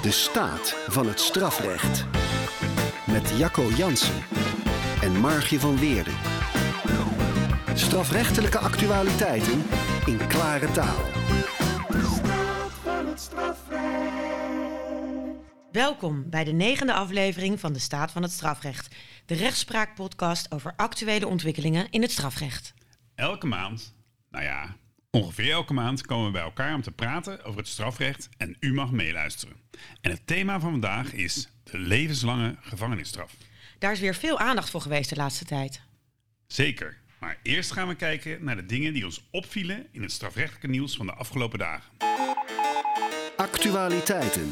De staat van het strafrecht. Met Jacco Jansen en Margie van Weerden. Strafrechtelijke actualiteiten in klare taal. De staat van het strafrecht. Welkom bij de 9e aflevering van de Staat van het Strafrecht. De rechtspraakpodcast over actuele ontwikkelingen in het strafrecht. Elke maand, ongeveer elke maand komen we bij elkaar om te praten over het strafrecht en u mag meeluisteren. En het thema van vandaag is de levenslange gevangenisstraf. Daar is weer veel aandacht voor geweest de laatste tijd. Zeker, maar eerst gaan we kijken naar de dingen die ons opvielen in het strafrechtelijke nieuws van de afgelopen dagen. Actualiteiten.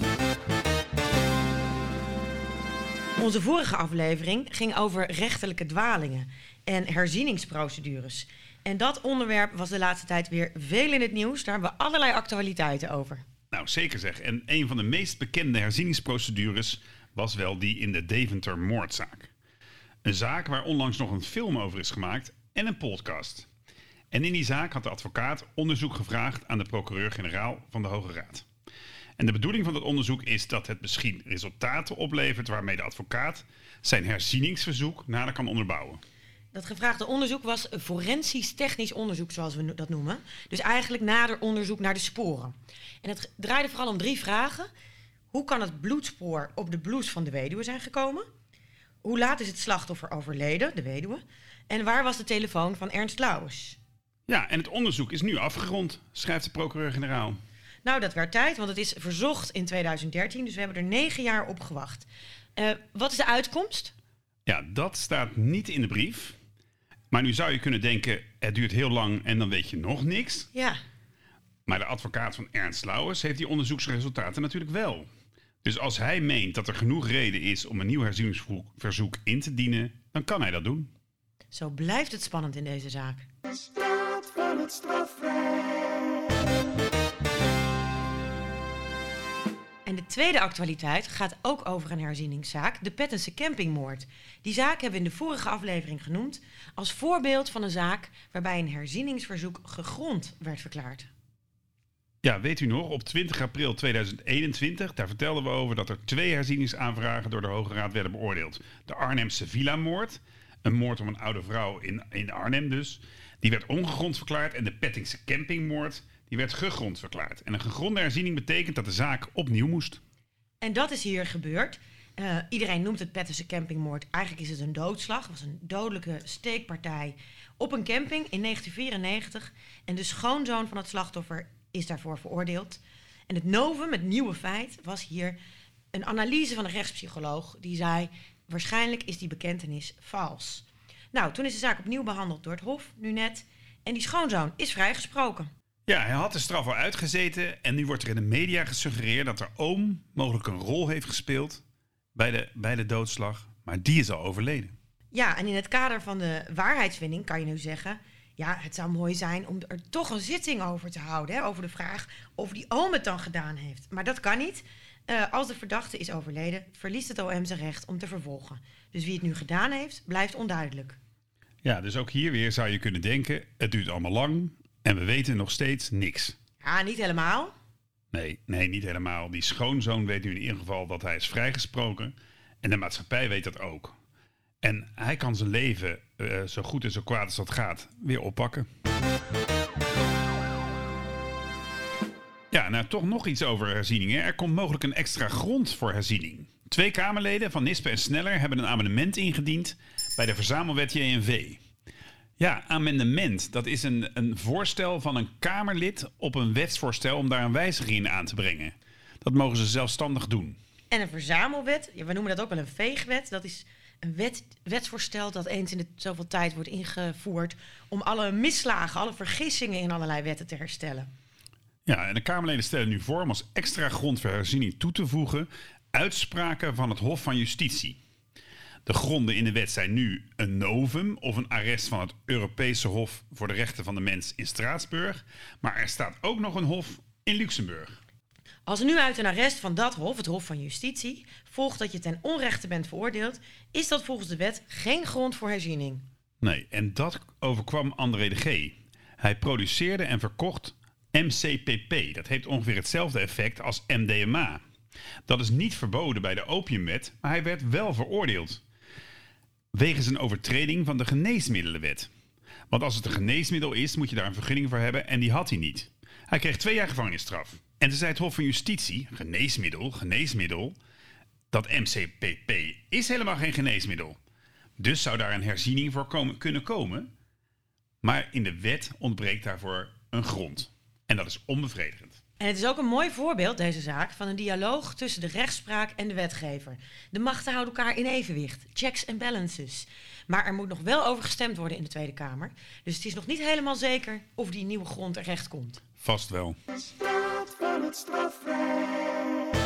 Onze vorige aflevering ging over rechterlijke dwalingen en herzieningsprocedures. En dat onderwerp was de laatste tijd weer veel in het nieuws. Daar hebben we allerlei actualiteiten over. Nou, zeker zeg. En een van de meest bekende herzieningsprocedures was wel die in de Deventer-moordzaak. Een zaak waar onlangs nog een film over is gemaakt en een podcast. En in die zaak had de advocaat onderzoek gevraagd aan de procureur-generaal van de Hoge Raad. En de bedoeling van dat onderzoek is dat het misschien resultaten oplevert waarmee de advocaat zijn herzieningsverzoek nader kan onderbouwen. Dat gevraagde onderzoek was forensisch technisch onderzoek, zoals we dat noemen. Dus eigenlijk nader onderzoek naar de sporen. En het draaide vooral om 3 vragen. Hoe kan het bloedspoor op de blouse van de weduwe zijn gekomen? Hoe laat is het slachtoffer overleden, de weduwe? En waar was de telefoon van Ernst Lauwers? Ja, en het onderzoek is nu afgerond, schrijft de procureur-generaal. Nou, dat werd tijd, want het is verzocht in 2013. Dus we hebben er 9 jaar op gewacht. Wat is de uitkomst? Ja, dat staat niet in de brief. Maar nu zou je kunnen denken, het duurt heel lang en dan weet je nog niks. Ja. Maar de advocaat van Ernst Lauwers heeft die onderzoeksresultaten natuurlijk wel. Dus als hij meent dat er genoeg reden is om een nieuw herzieningsverzoek in te dienen, dan kan hij dat doen. Zo blijft het spannend in deze zaak. De staat van het strafrecht. En de tweede actualiteit gaat ook over een herzieningszaak, de Pettense campingmoord. Die zaak hebben we in de vorige aflevering genoemd als voorbeeld van een zaak waarbij een herzieningsverzoek gegrond werd verklaard. Ja, weet u nog, op 20 april 2021, daar vertelden we over dat er 2 herzieningsaanvragen door de Hoge Raad werden beoordeeld. De Arnhemse villa-moord, een moord op een oude vrouw in Arnhem dus, die werd ongegrond verklaard. En de Pettingse campingmoord, die werd gegrond verklaard. En een gegronde herziening betekent dat de zaak opnieuw moest. En dat is hier gebeurd. Iedereen noemt het Pettense campingmoord. Eigenlijk is het een doodslag. Het was een dodelijke steekpartij op een camping in 1994. En de schoonzoon van het slachtoffer is daarvoor veroordeeld. En het novum, het nieuwe feit, was hier een analyse van een rechtspsycholoog. Die zei, waarschijnlijk is die bekentenis vals. Nou, toen is de zaak opnieuw behandeld door het Hof, nu net. En die schoonzoon is vrijgesproken. Ja, hij had de straf al uitgezeten en nu wordt er in de media gesuggereerd dat er oom mogelijk een rol heeft gespeeld bij de doodslag, maar die is al overleden. Ja, en in het kader van de waarheidsvinding kan je nu zeggen, ja, het zou mooi zijn om er toch een zitting over te houden, over de vraag of die oom het dan gedaan heeft. Maar dat kan niet. Als de verdachte is overleden, verliest het OM zijn recht om te vervolgen. Dus wie het nu gedaan heeft, blijft onduidelijk. Ja, dus ook hier weer zou je kunnen denken, het duurt allemaal lang en we weten nog steeds niks. Ja, niet helemaal. Nee, niet helemaal. Die schoonzoon weet nu in ieder geval dat hij is vrijgesproken en de maatschappij weet dat ook. En hij kan zijn leven, zo goed en zo kwaad als dat gaat, weer oppakken. Ja, nou toch nog iets over herzieningen. Er komt mogelijk een extra grond voor herziening. 2 Kamerleden van Nispen en Sneller hebben een amendement ingediend bij de verzamelwet JNV. Ja, amendement, dat is een voorstel van een Kamerlid op een wetsvoorstel om daar een wijziging in aan te brengen. Dat mogen ze zelfstandig doen. En een verzamelwet, we noemen dat ook wel een veegwet, dat is een wetsvoorstel dat eens in de zoveel tijd wordt ingevoerd om alle misslagen, alle vergissingen in allerlei wetten te herstellen. Ja, en de Kamerleden stellen nu voor om als extra grond voor herziening toe te voegen uitspraken van het Hof van Justitie. De gronden in de wet zijn nu een novum of een arrest van het Europese Hof voor de Rechten van de Mens in Straatsburg. Maar er staat ook nog een hof in Luxemburg. Als nu uit een arrest van dat hof, het Hof van Justitie, volgt dat je ten onrechte bent veroordeeld, is dat volgens de wet geen grond voor herziening. Nee, en dat overkwam André de G. Hij produceerde en verkocht MCPP. Dat heeft ongeveer hetzelfde effect als MDMA. Dat is niet verboden bij de opiumwet, maar hij werd wel veroordeeld. Wegens een overtreding van de geneesmiddelenwet. Want als het een geneesmiddel is, moet je daar een vergunning voor hebben en die had hij niet. Hij kreeg 2 jaar gevangenisstraf. En toen zei het Hof van Justitie, geneesmiddel, dat MCPP is helemaal geen geneesmiddel. Dus zou daar een herziening voor kunnen komen. Maar in de wet ontbreekt daarvoor een grond. En dat is onbevredigend. En het is ook een mooi voorbeeld, deze zaak, van een dialoog tussen de rechtspraak en de wetgever. De machten houden elkaar in evenwicht. Checks and balances. Maar er moet nog wel over gestemd worden in de Tweede Kamer. Dus het is nog niet helemaal zeker of die nieuwe grond er recht komt. Vast wel. De staat van het strafrecht.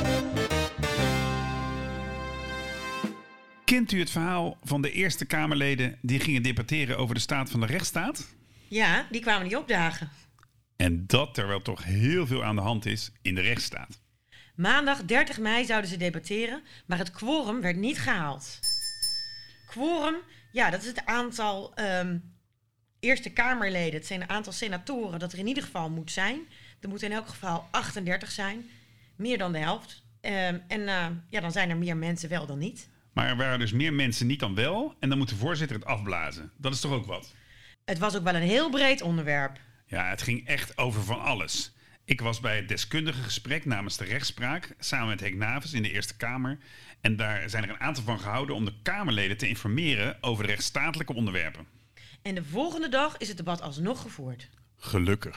Kent u het verhaal van de Eerste Kamerleden die gingen debatteren over de staat van de rechtsstaat? Ja, die kwamen niet opdagen. En dat terwijl toch heel veel aan de hand is in de rechtsstaat. Maandag 30 mei zouden ze debatteren, maar het quorum werd niet gehaald. Quorum, ja, dat is het aantal Eerste Kamerleden. Het zijn een aantal senatoren dat er in ieder geval moet zijn. Er moeten in elk geval 38 zijn, meer dan de helft. Dan zijn er meer mensen wel dan niet. Maar er waren dus meer mensen niet dan wel en dan moet de voorzitter het afblazen. Dat is toch ook wat? Het was ook wel een heel breed onderwerp. Ja, het ging echt over van alles. Ik was bij het deskundige gesprek namens de rechtspraak samen met Henk Naves in de Eerste Kamer. En daar zijn er een aantal van gehouden om de Kamerleden te informeren over de rechtsstatelijke onderwerpen. En de volgende dag is het debat alsnog gevoerd. Gelukkig.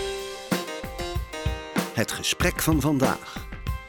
Het gesprek van vandaag.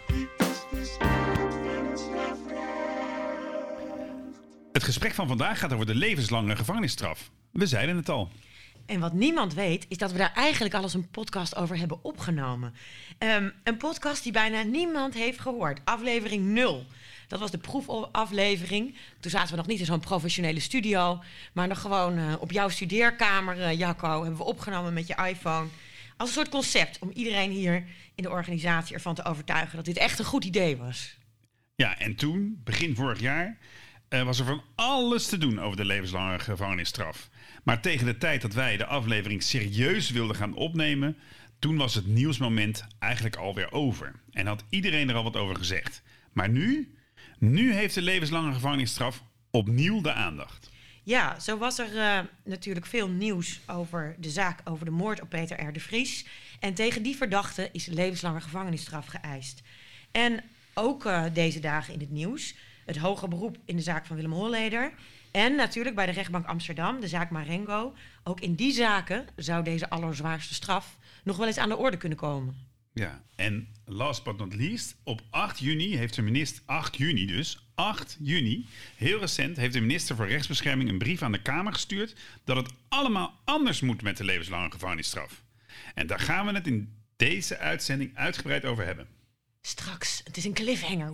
Het gesprek van vandaag gaat over de levenslange gevangenisstraf. We zeiden het al. En wat niemand weet, is dat we daar eigenlijk al eens een podcast over hebben opgenomen. Een podcast die bijna niemand heeft gehoord. Aflevering 0. Dat was de proefaflevering. Toen zaten we nog niet in zo'n professionele studio, maar nog gewoon op jouw studeerkamer, Jacco, hebben we opgenomen met je iPhone. Als een soort concept om iedereen hier in de organisatie ervan te overtuigen dat dit echt een goed idee was. Ja, en toen, begin vorig jaar, was er van alles te doen over de levenslange gevangenisstraf. Maar tegen de tijd dat wij de aflevering serieus wilden gaan opnemen, toen was het nieuwsmoment eigenlijk alweer over. En had iedereen er al wat over gezegd. Maar nu heeft de levenslange gevangenisstraf opnieuw de aandacht. Ja, zo was er natuurlijk veel nieuws over de zaak over de moord op Peter R. de Vries. En tegen die verdachte is levenslange gevangenisstraf geëist. En ook deze dagen in het nieuws, het hoger beroep in de zaak van Willem Holleder. En natuurlijk bij de rechtbank Amsterdam, de zaak Marengo. Ook in die zaken zou deze allerzwaarste straf nog wel eens aan de orde kunnen komen. Ja, en last but not least, op 8 juni heeft de minister, 8 juni, heel recent, heeft de minister voor Rechtsbescherming een brief aan de Kamer gestuurd dat het allemaal anders moet met de levenslange gevangenisstraf. En daar gaan we het in deze uitzending uitgebreid over hebben. Straks, het is een cliffhanger.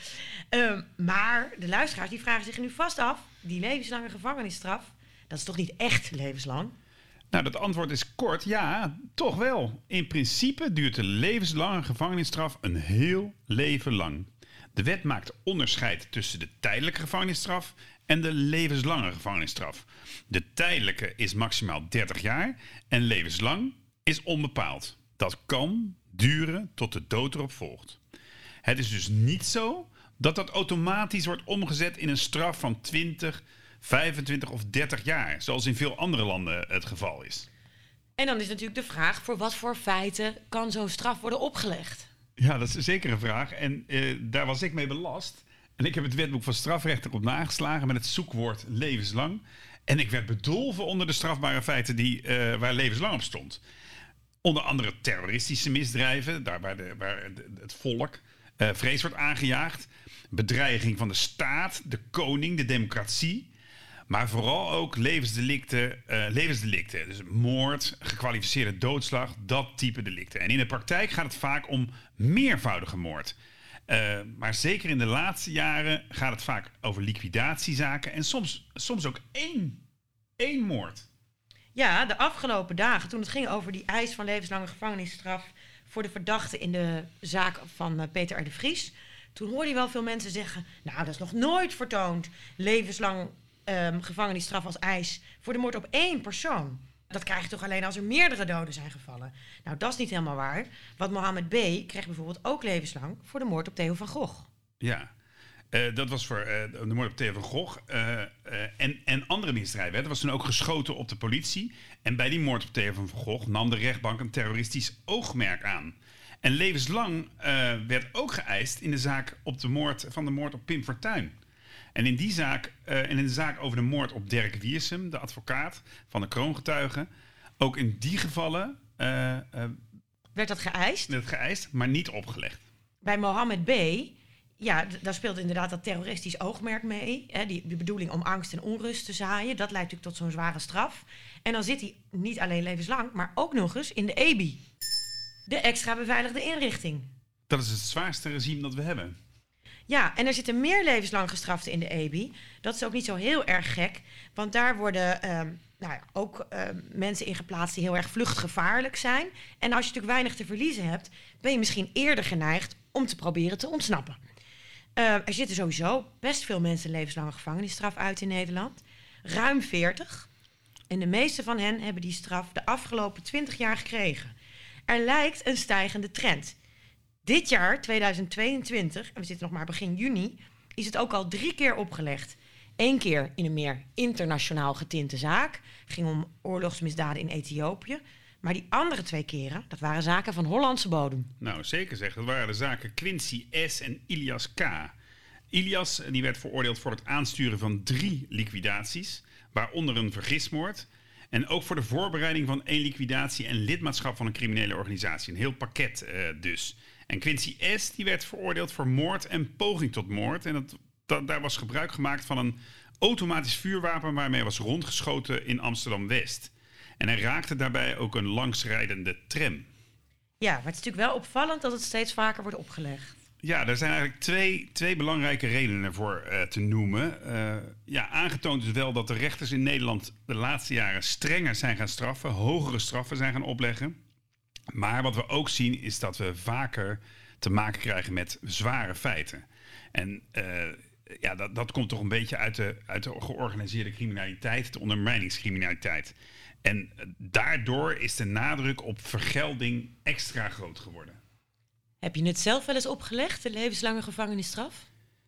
Maar de luisteraars die vragen zich nu vast af, die levenslange gevangenisstraf, dat is toch niet echt levenslang? Nou, dat antwoord is kort. Ja, toch wel. In principe duurt de levenslange gevangenisstraf een heel leven lang. De wet maakt onderscheid tussen de tijdelijke gevangenisstraf en de levenslange gevangenisstraf. De tijdelijke is maximaal 30 jaar en levenslang is onbepaald. Dat kan duren tot de dood erop volgt. Het is dus niet zo dat dat automatisch wordt omgezet in een straf van 20, 25 of 30 jaar, zoals in veel andere landen het geval is. En dan is natuurlijk de vraag, voor wat voor feiten kan zo'n straf worden opgelegd? Ja, dat is zeker een vraag. En daar was ik mee belast. En ik heb het wetboek van strafrecht erop nageslagen met het zoekwoord levenslang. En ik werd bedolven onder de strafbare feiten waar levenslang op stond. Onder andere terroristische misdrijven, daar waar het volk vrees wordt aangejaagd. Bedreiging van de staat, de koning, de democratie. Maar vooral ook levensdelicten. Dus moord, gekwalificeerde doodslag, dat type delicten. En in de praktijk gaat het vaak om meervoudige moord. Maar zeker in de laatste jaren gaat het vaak over liquidatiezaken. En soms ook één moord. Ja, de afgelopen dagen, toen het ging over die eis van levenslange gevangenisstraf voor de verdachte in de zaak van Peter R. de Vries, toen hoorde je wel veel mensen zeggen, nou, dat is nog nooit vertoond, levenslang gevangenisstraf als eis voor de moord op 1 persoon. Dat krijg je toch alleen als er meerdere doden zijn gevallen? Nou, dat is niet helemaal waar. Want Mohammed B. kreeg bijvoorbeeld ook levenslang voor de moord op Theo van Gogh. Ja, dat was voor de moord op Theo van Gogh en andere misdrijven. Er was toen ook geschoten op de politie. En bij die moord op Theo van Gogh nam de rechtbank een terroristisch oogmerk aan. En levenslang werd ook geëist in de zaak op de moord op Pim Fortuyn. En in die zaak, en in de zaak over de moord op Dirk Wiersum, de advocaat van de kroongetuigen, ook in die gevallen werd dat geëist? Werd geëist, maar niet opgelegd. Bij Mohammed B., ja, daar speelt inderdaad dat terroristisch oogmerk mee. Hè, de bedoeling om angst en onrust te zaaien. Dat leidt natuurlijk tot zo'n zware straf. En dan zit hij niet alleen levenslang, maar ook nog eens in de EBI. De extra beveiligde inrichting. Dat is het zwaarste regime dat we hebben. Ja, en er zitten meer levenslang gestraften in de EBI. Dat is ook niet zo heel erg gek. Want daar worden ook mensen in geplaatst die heel erg vluchtgevaarlijk zijn. En als je natuurlijk weinig te verliezen hebt, ben je misschien eerder geneigd om te proberen te ontsnappen. Er zitten sowieso best veel mensen levenslange gevangenisstraf uit in Nederland. Ruim 40. En de meeste van hen hebben die straf de afgelopen 20 jaar gekregen. Er lijkt een stijgende trend. Dit jaar, 2022, en we zitten nog maar begin juni, is het ook al 3 keer opgelegd. 1 keer in een meer internationaal getinte zaak. Ging om oorlogsmisdaden in Ethiopië. Maar die andere 2 keren, dat waren zaken van Hollandse bodem. Nou, zeker zeg. Dat waren de zaken Quincy S. en Ilias K. Ilias die werd veroordeeld voor het aansturen van 3 liquidaties, waaronder een vergismoord. En ook voor de voorbereiding van 1 liquidatie en lidmaatschap van een criminele organisatie. Een heel pakket dus. En Quincy S. die werd veroordeeld voor moord en poging tot moord. En daar was gebruik gemaakt van een automatisch vuurwapen waarmee was rondgeschoten in Amsterdam-West. En hij raakte daarbij ook een langsrijdende tram. Ja, maar het is natuurlijk wel opvallend dat het steeds vaker wordt opgelegd. Ja, er zijn eigenlijk twee belangrijke redenen voor te noemen. Aangetoond is wel dat de rechters in Nederland de laatste jaren strenger zijn gaan straffen, hogere straffen zijn gaan opleggen. Maar wat we ook zien is dat we vaker te maken krijgen met zware feiten. En dat komt toch een beetje uit de georganiseerde criminaliteit, de ondermijningscriminaliteit. En daardoor is de nadruk op vergelding extra groot geworden. Heb je het zelf wel eens opgelegd, de levenslange gevangenisstraf?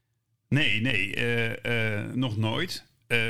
Nee, nog nooit.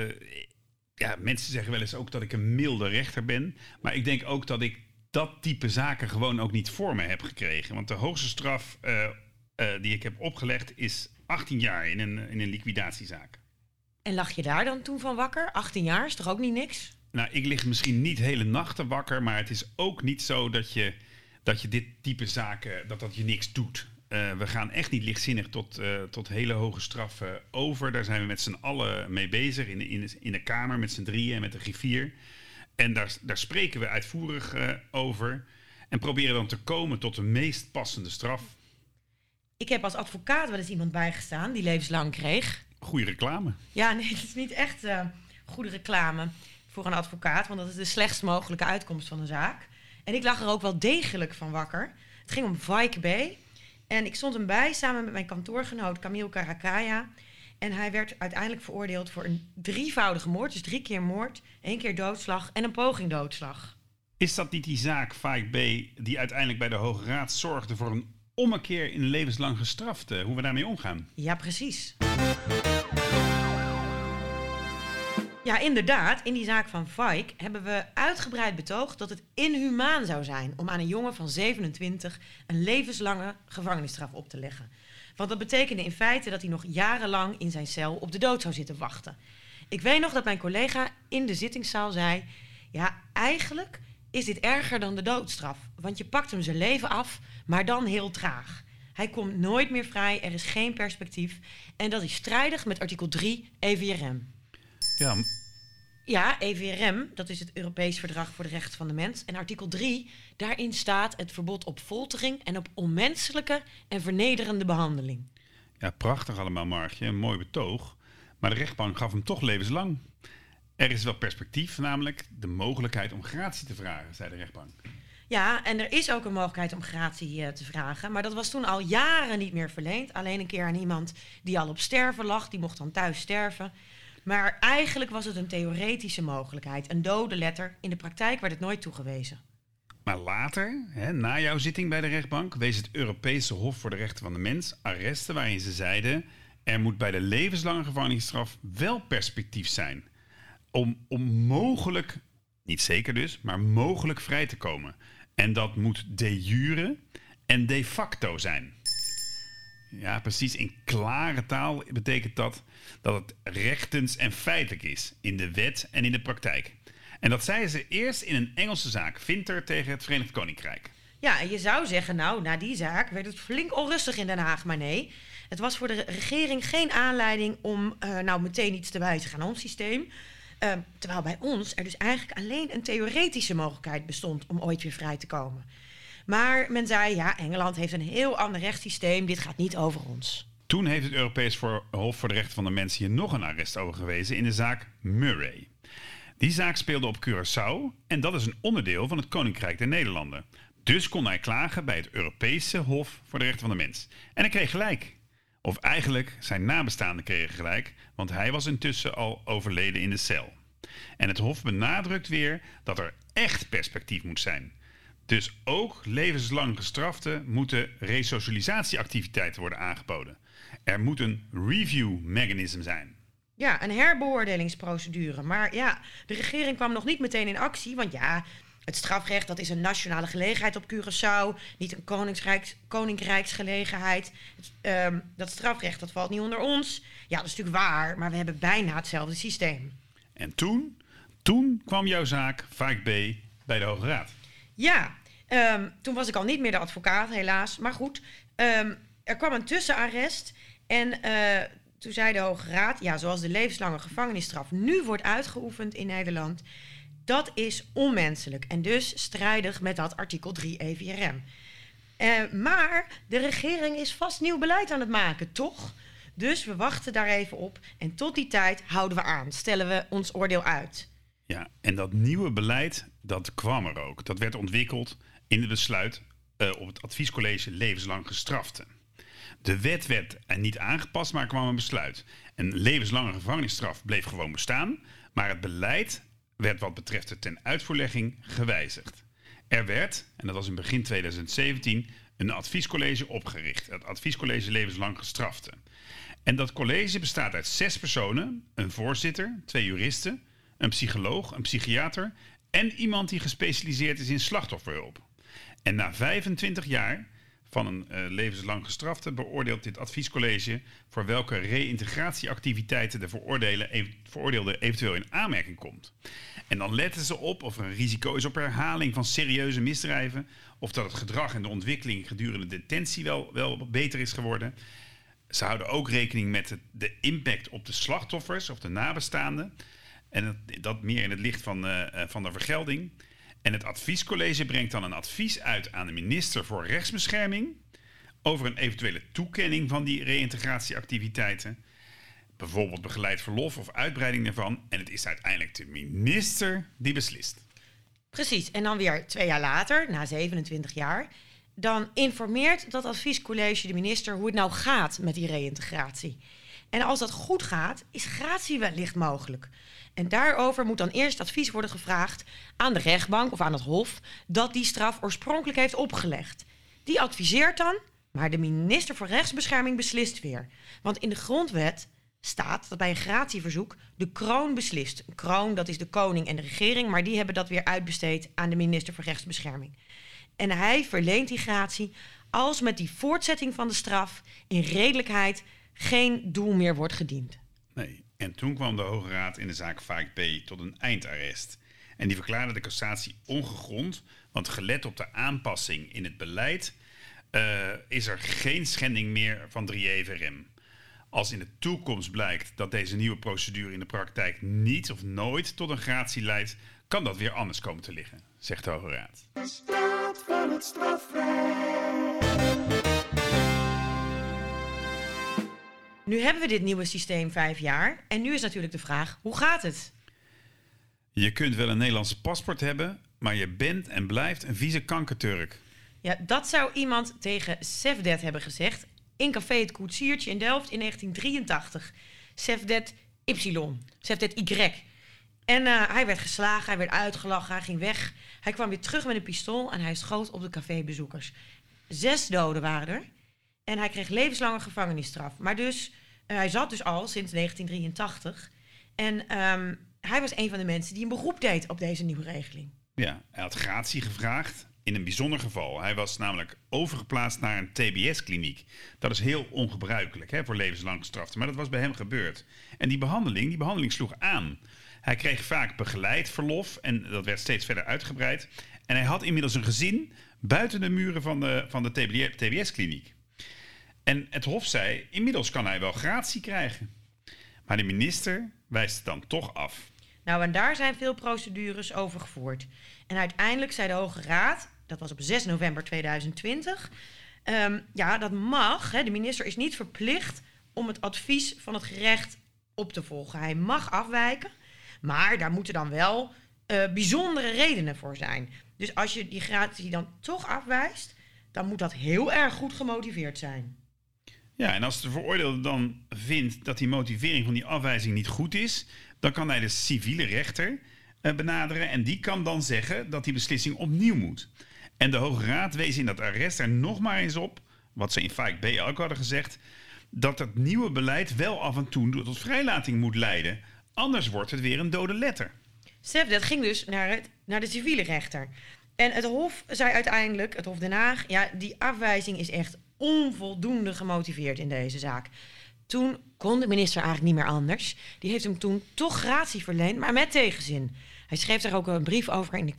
Mensen zeggen wel eens ook dat ik een milde rechter ben. Maar ik denk ook dat ik dat type zaken gewoon ook niet voor me heb gekregen. Want de hoogste straf die ik heb opgelegd is 18 jaar in een liquidatiezaak. En lag je daar dan toen van wakker? 18 jaar is toch ook niet niks? Nou, ik lig misschien niet hele nachten wakker, maar het is ook niet zo dat je dit type zaken, dat je niks doet. We gaan echt niet lichtzinnig tot hele hoge straffen over. Daar zijn we met z'n allen mee bezig in de Kamer, met z'n drieën en met de griffier. En daar spreken we uitvoerig over en proberen dan te komen tot de meest passende straf. Ik heb als advocaat wel eens iemand bijgestaan die levenslang kreeg. Goeie reclame. Ja, nee, het is niet echt goede reclame voor een advocaat, want dat is de slechtst mogelijke uitkomst van een zaak. En ik lag er ook wel degelijk van wakker. Het ging om Faik B. En ik stond hem bij samen met mijn kantoorgenoot Camille Karakaya. En hij werd uiteindelijk veroordeeld voor een 3-voudige moord. Dus 3 keer moord, 1 keer doodslag en een poging doodslag. Is dat niet die zaak Faik B. die uiteindelijk bij de Hoge Raad zorgde voor een ommekeer in levenslang gestrafte? Hoe we daarmee omgaan? Ja, precies. Ja, inderdaad. In die zaak van Faik hebben we uitgebreid betoogd dat het inhumaan zou zijn om aan een jongen van 27 een levenslange gevangenisstraf op te leggen. Want dat betekende in feite dat hij nog jarenlang in zijn cel op de dood zou zitten wachten. Ik weet nog dat mijn collega in de zittingszaal zei: ja, eigenlijk is dit erger dan de doodstraf. Want je pakt hem zijn leven af, maar dan heel traag. Hij komt nooit meer vrij, er is geen perspectief. En dat is strijdig met artikel 3 EVRM. Ja, EVRM, dat is het Europees Verdrag voor de Rechten van de Mens. En artikel 3, daarin staat het verbod op foltering en op onmenselijke en vernederende behandeling. Ja, prachtig allemaal, Margje. Een mooi betoog. Maar de rechtbank gaf hem toch levenslang. Er is wel perspectief, namelijk de mogelijkheid om gratie te vragen, zei de rechtbank. Ja, en er is ook een mogelijkheid om gratie te vragen. Maar dat was toen al jaren niet meer verleend. Alleen een keer aan iemand die al op sterven lag. Die mocht dan thuis sterven. Maar eigenlijk was het een theoretische mogelijkheid. Een dode letter. In de praktijk werd het nooit toegewezen. Maar later, na jouw zitting bij de rechtbank, wees het Europese Hof voor de Rechten van de Mens arresten waarin ze zeiden: er moet bij de levenslange gevangenisstraf wel perspectief zijn. Om mogelijk, niet zeker dus, maar mogelijk vrij te komen. En dat moet de jure en de facto zijn. Ja, precies. In klare taal betekent dat het rechtens en feitelijk is. In de wet en in de praktijk. En dat zeiden ze eerst in een Engelse zaak. Vinter tegen het Verenigd Koninkrijk. Ja, en je zou zeggen, na die zaak werd het flink onrustig in Den Haag. Maar nee, het was voor de regering geen aanleiding om meteen iets te wijzigen aan ons systeem. Terwijl bij ons er dus eigenlijk alleen een theoretische mogelijkheid bestond om ooit weer vrij te komen. Maar men zei, Engeland heeft een heel ander rechtssysteem, dit gaat niet over ons. Toen heeft het Europees Hof voor de Rechten van de Mens hier nog een arrest over gewezen in de zaak Murray. Die zaak speelde op Curaçao en dat is een onderdeel van het Koninkrijk der Nederlanden. Dus kon hij klagen bij het Europese Hof voor de Rechten van de Mens. En hij kreeg gelijk. Of eigenlijk, zijn nabestaanden kregen gelijk, want hij was intussen al overleden in de cel. En het Hof benadrukt weer dat er echt perspectief moet zijn. Dus ook levenslang gestraften moeten resocialisatieactiviteiten worden aangeboden. Er moet een review mechanism zijn. Ja, een herbeoordelingsprocedure. Maar de regering kwam nog niet meteen in actie, want het strafrecht, dat is een nationale gelegenheid op Curaçao, niet een koninkrijksgelegenheid. Dat strafrecht, dat valt niet onder ons. Ja, dat is natuurlijk waar, maar we hebben bijna hetzelfde systeem. En toen kwam jouw zaak, Faik B, bij de Hoge Raad. Ja, toen was ik al niet meer de advocaat, helaas. Maar goed, er kwam een tussenarrest en toen zei de Hoge Raad, zoals de levenslange gevangenisstraf nu wordt uitgeoefend in Nederland, dat is onmenselijk en dus strijdig met dat artikel 3 EVRM. Maar de regering is vast nieuw beleid aan het maken, toch? Dus we wachten daar even op en tot die tijd houden we aan, stellen we ons oordeel uit. Ja, en dat nieuwe beleid, dat kwam er ook. Dat werd ontwikkeld in het besluit op het adviescollege levenslang gestraften. De wet werd niet aangepast, maar er kwam een besluit. Een levenslange gevangenisstraf bleef gewoon bestaan, maar het beleid werd wat betreft de ten uitvoerlegging gewijzigd. Er werd, en dat was in begin 2017, een adviescollege opgericht. Het adviescollege levenslang gestraften. En dat college bestaat uit 6 personen, een voorzitter, 2 juristen, een psycholoog, een psychiater en iemand die gespecialiseerd is in slachtofferhulp. En na 25 jaar van een levenslang gestrafte beoordeelt dit adviescollege voor welke reïntegratieactiviteiten de veroordeelde eventueel in aanmerking komt. En dan letten ze op of er een risico is op herhaling van serieuze misdrijven, of dat het gedrag en de ontwikkeling gedurende detentie wel beter is geworden. Ze houden ook rekening met de impact op de slachtoffers of de nabestaanden. En dat meer in het licht van de vergelding. En het adviescollege brengt dan een advies uit aan de minister voor rechtsbescherming over een eventuele toekenning van die reïntegratieactiviteiten. Bijvoorbeeld begeleid verlof of uitbreiding daarvan. En het is uiteindelijk de minister die beslist. Precies, en dan weer 2 jaar later, na 27 jaar, dan informeert dat adviescollege de minister hoe het nou gaat met die reïntegratie. En als dat goed gaat, is gratie wellicht mogelijk. En daarover moet dan eerst advies worden gevraagd aan de rechtbank of aan het hof dat die straf oorspronkelijk heeft opgelegd. Die adviseert dan, maar de minister voor rechtsbescherming beslist weer. Want in de grondwet staat dat bij een gratieverzoek de kroon beslist. Een kroon, dat is de koning en de regering, maar die hebben dat weer uitbesteed aan de minister voor rechtsbescherming. En hij verleent die gratie als met die voortzetting van de straf in redelijkheid geen doel meer wordt gediend. Nee, en toen kwam de Hoge Raad in de zaak Faik B tot een eindarrest. En die verklaarde de cassatie ongegrond, want gelet op de aanpassing in het beleid is er geen schending meer van 3 EVRM. Als in de toekomst blijkt dat deze nieuwe procedure in de praktijk niet of nooit tot een gratie leidt, kan dat weer anders komen te liggen, zegt de Hoge Raad. De straat van het strafrecht. Nu hebben we dit nieuwe systeem 5 jaar en nu is natuurlijk de vraag, hoe gaat het? Je kunt wel een Nederlands paspoort hebben, maar je bent en blijft een vieze kankerturk. Ja, dat zou iemand tegen Cevdet hebben gezegd in café Het Koetsiertje in Delft in 1983. Cevdet Y. Sefdet Y. En hij werd geslagen, hij werd uitgelachen, hij ging weg. Hij kwam weer terug met een pistool en hij schoot op de cafébezoekers. 6 doden waren er. En hij kreeg levenslange gevangenisstraf. Maar dus, hij zat dus al sinds 1983. En hij was een van de mensen die een beroep deed op deze nieuwe regeling. Ja, hij had gratie gevraagd in een bijzonder geval. Hij was namelijk overgeplaatst naar een TBS-kliniek. Dat is heel ongebruikelijk voor levenslang gestraften. Maar dat was bij hem gebeurd. En die behandeling sloeg aan. Hij kreeg vaak begeleid verlof en dat werd steeds verder uitgebreid. En hij had inmiddels een gezin buiten de muren van de TBS-kliniek. En het Hof zei, inmiddels kan hij wel gratie krijgen. Maar de minister wijst het dan toch af. Nou, en daar zijn veel procedures over gevoerd. En uiteindelijk zei de Hoge Raad, dat was op 6 november 2020... dat mag. De minister is niet verplicht om het advies van het gerecht op te volgen. Hij mag afwijken, maar daar moeten dan wel bijzondere redenen voor zijn. Dus als je die gratie dan toch afwijst, dan moet dat heel erg goed gemotiveerd zijn. Ja, en als de veroordeelde dan vindt dat die motivering van die afwijzing niet goed is, dan kan hij de civiele rechter benaderen en die kan dan zeggen dat die beslissing opnieuw moet. En de Hoge Raad wees in dat arrest er nog maar eens op, wat ze in Faik B ook hadden gezegd, dat het nieuwe beleid wel af en toe tot vrijlating moet leiden. Anders wordt het weer een dode letter. Sefdet ging dus naar de civiele rechter. En het Hof zei uiteindelijk, het Hof Den Haag, ja, die afwijzing is echt onvoldoende gemotiveerd in deze zaak. Toen kon de minister eigenlijk niet meer anders. Die heeft hem toen toch gratie verleend, maar met tegenzin. Hij schreef daar ook een brief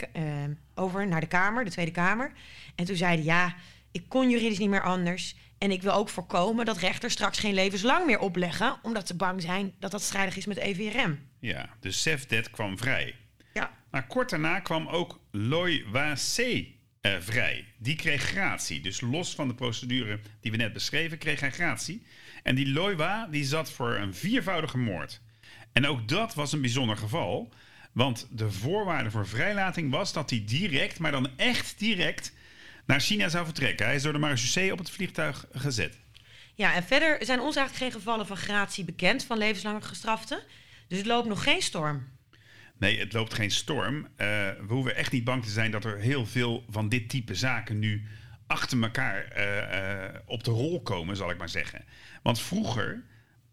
over naar de Kamer, de Tweede Kamer. En toen zei hij, ja, ik kon juridisch niet meer anders. En ik wil ook voorkomen dat rechters straks geen levenslang meer opleggen, omdat ze bang zijn dat dat strijdig is met de EVRM. Ja, dus Sefdet kwam vrij. Ja. Maar kort daarna kwam ook Loy-Wa C. Vrij. Die kreeg gratie. Dus los van de procedure die we net beschreven, kreeg hij gratie. En die Loy-Wa die zat voor een 4voudige moord. En ook dat was een bijzonder geval. Want de voorwaarde voor vrijlating was dat hij direct, maar dan echt direct, naar China zou vertrekken. Hij is door de marechaussee op het vliegtuig gezet. Ja, en verder zijn ons eigenlijk geen gevallen van gratie bekend van levenslange gestraften. Dus het loopt nog geen storm. Nee, het loopt geen storm. We hoeven echt niet bang te zijn dat er heel veel van dit type zaken nu achter elkaar op de rol komen, zal ik maar zeggen. Want vroeger,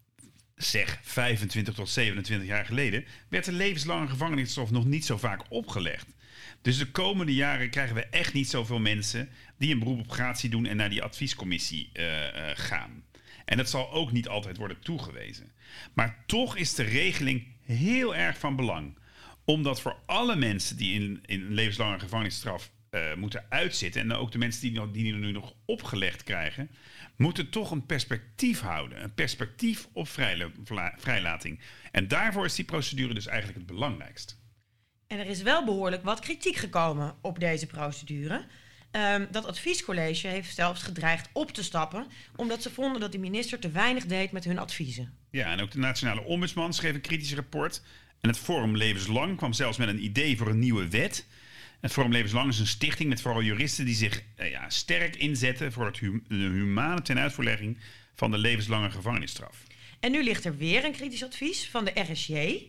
zeg 25 tot 27 jaar geleden, werd de levenslange gevangenisstraf nog niet zo vaak opgelegd. Dus de komende jaren krijgen we echt niet zoveel mensen die een beroep op gratie doen en naar die adviescommissie gaan. En dat zal ook niet altijd worden toegewezen. Maar toch is de regeling heel erg van belang. Omdat voor alle mensen die in een levenslange gevangenisstraf moeten uitzitten, en ook de mensen die nu nog opgelegd krijgen, moeten toch een perspectief houden. Een perspectief op vrijlating. En daarvoor is die procedure dus eigenlijk het belangrijkst. En er is wel behoorlijk wat kritiek gekomen op deze procedure. Dat adviescollege heeft zelfs gedreigd op te stappen, omdat ze vonden dat de minister te weinig deed met hun adviezen. Ja, en ook de Nationale Ombudsman schreef een kritisch rapport. En het Forum Levenslang kwam zelfs met een idee voor een nieuwe wet. Het Forum Levenslang is een stichting met vooral juristen die zich sterk inzetten voor de humane tenuitvoerlegging van de levenslange gevangenisstraf. En nu ligt er weer een kritisch advies van de RSJ.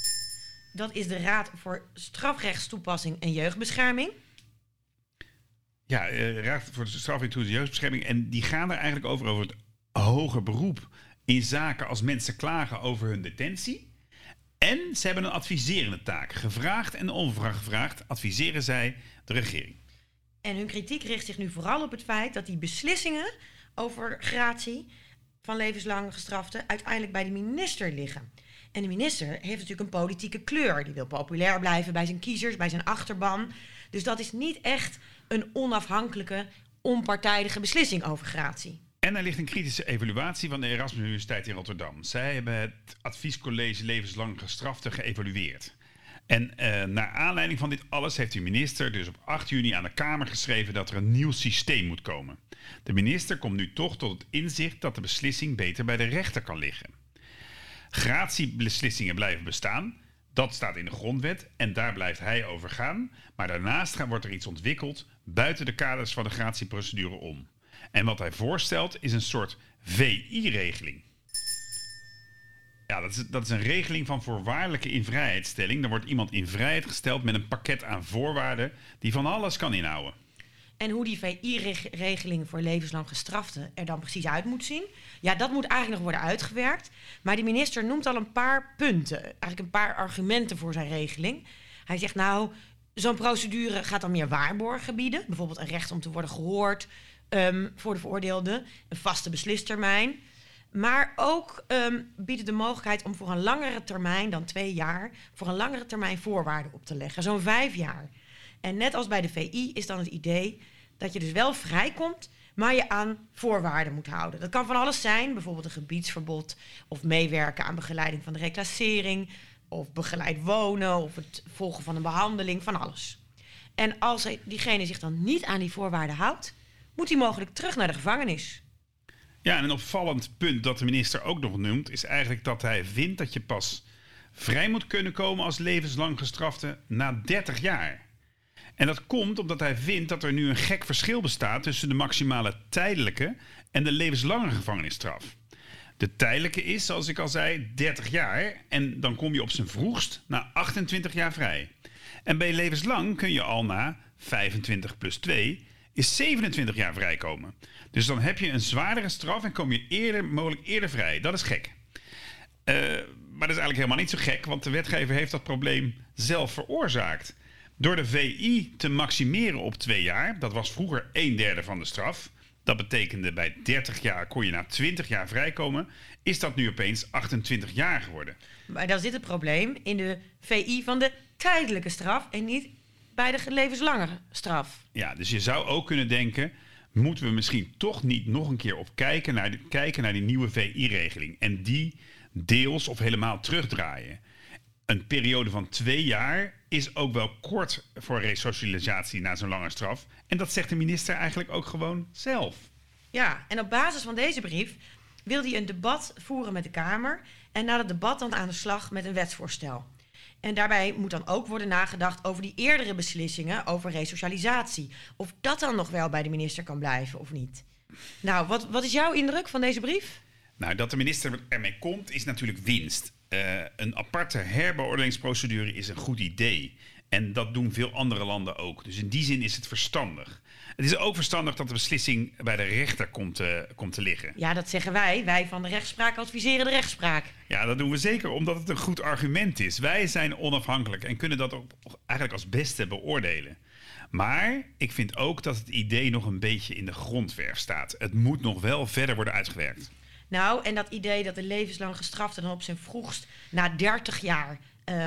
Dat is de Raad voor Strafrechtstoepassing en Jeugdbescherming. Ja, Raad voor Strafrecht en Jeugdbescherming. En die gaan er eigenlijk over het hoger beroep in zaken als mensen klagen over hun detentie. En ze hebben een adviserende taak. Gevraagd en ongevraagd adviseren zij de regering. En hun kritiek richt zich nu vooral op het feit dat die beslissingen over gratie van levenslang gestraften uiteindelijk bij de minister liggen. En de minister heeft natuurlijk een politieke kleur. Die wil populair blijven bij zijn kiezers, bij zijn achterban. Dus dat is niet echt een onafhankelijke, onpartijdige beslissing over gratie. En er ligt een kritische evaluatie van de Erasmus Universiteit in Rotterdam. Zij hebben het adviescollege levenslang gestraften geëvalueerd. En naar aanleiding van dit alles heeft de minister dus op 8 juni aan de Kamer geschreven dat er een nieuw systeem moet komen. De minister komt nu toch tot het inzicht dat de beslissing beter bij de rechter kan liggen. Gratiebeslissingen blijven bestaan. Dat staat in de grondwet en daar blijft hij over gaan. Maar daarnaast wordt er iets ontwikkeld buiten de kaders van de gratieprocedure om. En wat hij voorstelt is een soort VI-regeling. Ja, dat is een regeling van voorwaardelijke invrijheidstelling. Dan wordt iemand in vrijheid gesteld met een pakket aan voorwaarden die van alles kan inhouden. En hoe die VI-regeling voor levenslang gestraften er dan precies uit moet zien, ja, dat moet eigenlijk nog worden uitgewerkt. Maar de minister noemt al een paar punten, eigenlijk een paar argumenten voor zijn regeling. Hij zegt nou, zo'n procedure gaat dan meer waarborgen bieden. Bijvoorbeeld een recht om te worden gehoord voor de veroordeelde, een vaste beslistermijn. Maar ook biedt het de mogelijkheid om voor een langere termijn dan 2 jaar, voor een langere termijn voorwaarden op te leggen, zo'n 5 jaar. En net als bij de VI is dan het idee dat je dus wel vrijkomt, maar je aan voorwaarden moet houden. Dat kan van alles zijn, bijvoorbeeld een gebiedsverbod of meewerken aan begeleiding van de reclassering of begeleid wonen of het volgen van een behandeling, van alles. En als diegene zich dan niet aan die voorwaarden houdt, moet hij mogelijk terug naar de gevangenis. Ja, en een opvallend punt dat de minister ook nog noemt is eigenlijk dat hij vindt dat je pas vrij moet kunnen komen als levenslang gestrafte na 30 jaar. En dat komt omdat hij vindt dat er nu een gek verschil bestaat tussen de maximale tijdelijke en de levenslange gevangenisstraf. De tijdelijke is, zoals ik al zei, 30 jaar en dan kom je op zijn vroegst na 28 jaar vrij. En bij levenslang kun je al na 25 plus 2 is 27 jaar vrijkomen. Dus dan heb je een zwaardere straf en kom je mogelijk eerder vrij. Dat is gek. Maar dat is eigenlijk helemaal niet zo gek, want de wetgever heeft dat probleem zelf veroorzaakt. Door de VI te maximeren op 2 jaar, dat was vroeger 1/3 van de straf. Dat betekende bij 30 jaar kon je na 20 jaar vrijkomen. Is dat nu opeens 28 jaar geworden? Maar dan zit het probleem in de VI van de tijdelijke straf en niet bij de levenslange straf. Ja, dus je zou ook kunnen denken, moeten we misschien toch niet nog een keer op kijken naar die nieuwe VI-regeling. En die deels of helemaal terugdraaien. Een periode van 2 jaar is ook wel kort voor resocialisatie na zo'n lange straf. En dat zegt de minister eigenlijk ook gewoon zelf. Ja, en op basis van deze brief wil hij een debat voeren met de Kamer en na het debat dan aan de slag met een wetsvoorstel. En daarbij moet dan ook worden nagedacht over die eerdere beslissingen over resocialisatie. Of dat dan nog wel bij de minister kan blijven of niet. Nou, wat is jouw indruk van deze brief? Nou, dat de minister ermee komt is natuurlijk winst. Een aparte herbeoordelingsprocedure is een goed idee. En dat doen veel andere landen ook. Dus in die zin is het verstandig. Het is ook verstandig dat de beslissing bij de rechter komt te liggen. Ja, dat zeggen wij. Wij van de rechtspraak adviseren de rechtspraak. Ja, dat doen we zeker omdat het een goed argument is. Wij zijn onafhankelijk en kunnen dat ook eigenlijk als beste beoordelen. Maar ik vind ook dat het idee nog een beetje in de grondverf staat. Het moet nog wel verder worden uitgewerkt. Nou, en dat idee dat de levenslang gestrafte dan op zijn vroegst na 30 jaar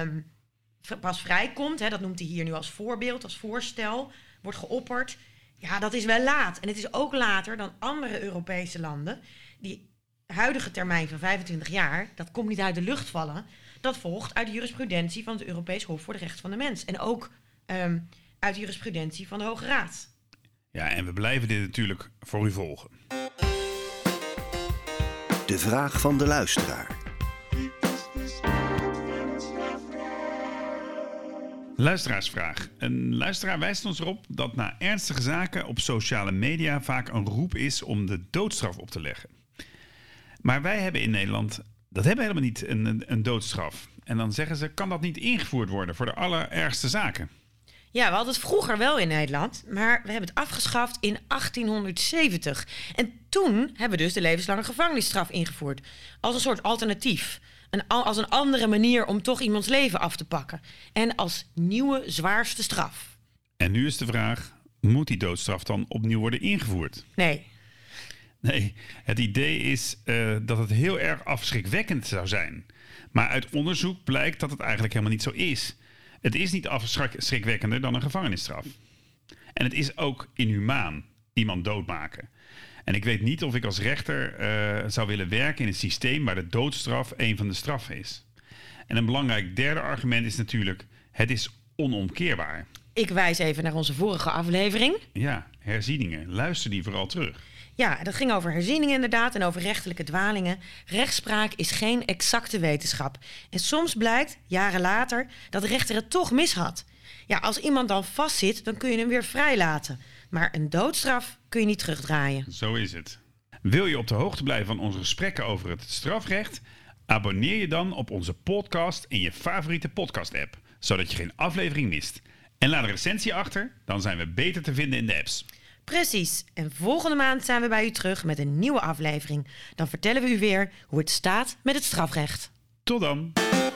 pas vrijkomt, dat noemt hij hier nu als voorbeeld, als voorstel, wordt geopperd. Ja, dat is wel laat. En het is ook later dan andere Europese landen. Die huidige termijn van 25 jaar, dat komt niet uit de lucht vallen. Dat volgt uit de jurisprudentie van het Europees Hof voor de Rechten van de Mens. En ook uit de jurisprudentie van de Hoge Raad. Ja, en we blijven dit natuurlijk voor u volgen. De vraag van de luisteraar. Luisteraarsvraag. Een luisteraar wijst ons erop dat na ernstige zaken op sociale media vaak een roep is om de doodstraf op te leggen. Maar wij hebben in Nederland, dat hebben helemaal niet een doodstraf. En dan zeggen ze, kan dat niet ingevoerd worden voor de allerergste zaken? Ja, we hadden het vroeger wel in Nederland, maar we hebben het afgeschaft in 1870. En toen hebben we dus de levenslange gevangenisstraf ingevoerd. Als een soort alternatief. Als een andere manier om toch iemands leven af te pakken. En als nieuwe, zwaarste straf. En nu is de vraag, moet die doodstraf dan opnieuw worden ingevoerd? Nee. Nee, het idee is dat het heel erg afschrikwekkend zou zijn. Maar uit onderzoek blijkt dat het eigenlijk helemaal niet zo is. Het is niet afschrikwekkender dan een gevangenisstraf. En het is ook inhumaan, iemand doodmaken. En ik weet niet of ik als rechter zou willen werken in een systeem waar de doodstraf een van de straffen is. En een belangrijk derde argument is natuurlijk, het is onomkeerbaar. Ik wijs even naar onze vorige aflevering. Ja, herzieningen. Luister die vooral terug. Ja, dat ging over herzieningen inderdaad en over rechtelijke dwalingen. Rechtspraak is geen exacte wetenschap. En soms blijkt, jaren later, dat de rechter het toch mis had. Ja, als iemand dan vastzit, dan kun je hem weer vrijlaten. Maar een doodstraf kun je niet terugdraaien. Zo is het. Wil je op de hoogte blijven van onze gesprekken over het strafrecht? Abonneer je dan op onze podcast in je favoriete podcast-app, zodat je geen aflevering mist. En laat een recensie achter, dan zijn we beter te vinden in de apps. Precies. En volgende maand zijn we bij u terug met een nieuwe aflevering. Dan vertellen we u weer hoe het staat met het strafrecht. Tot dan!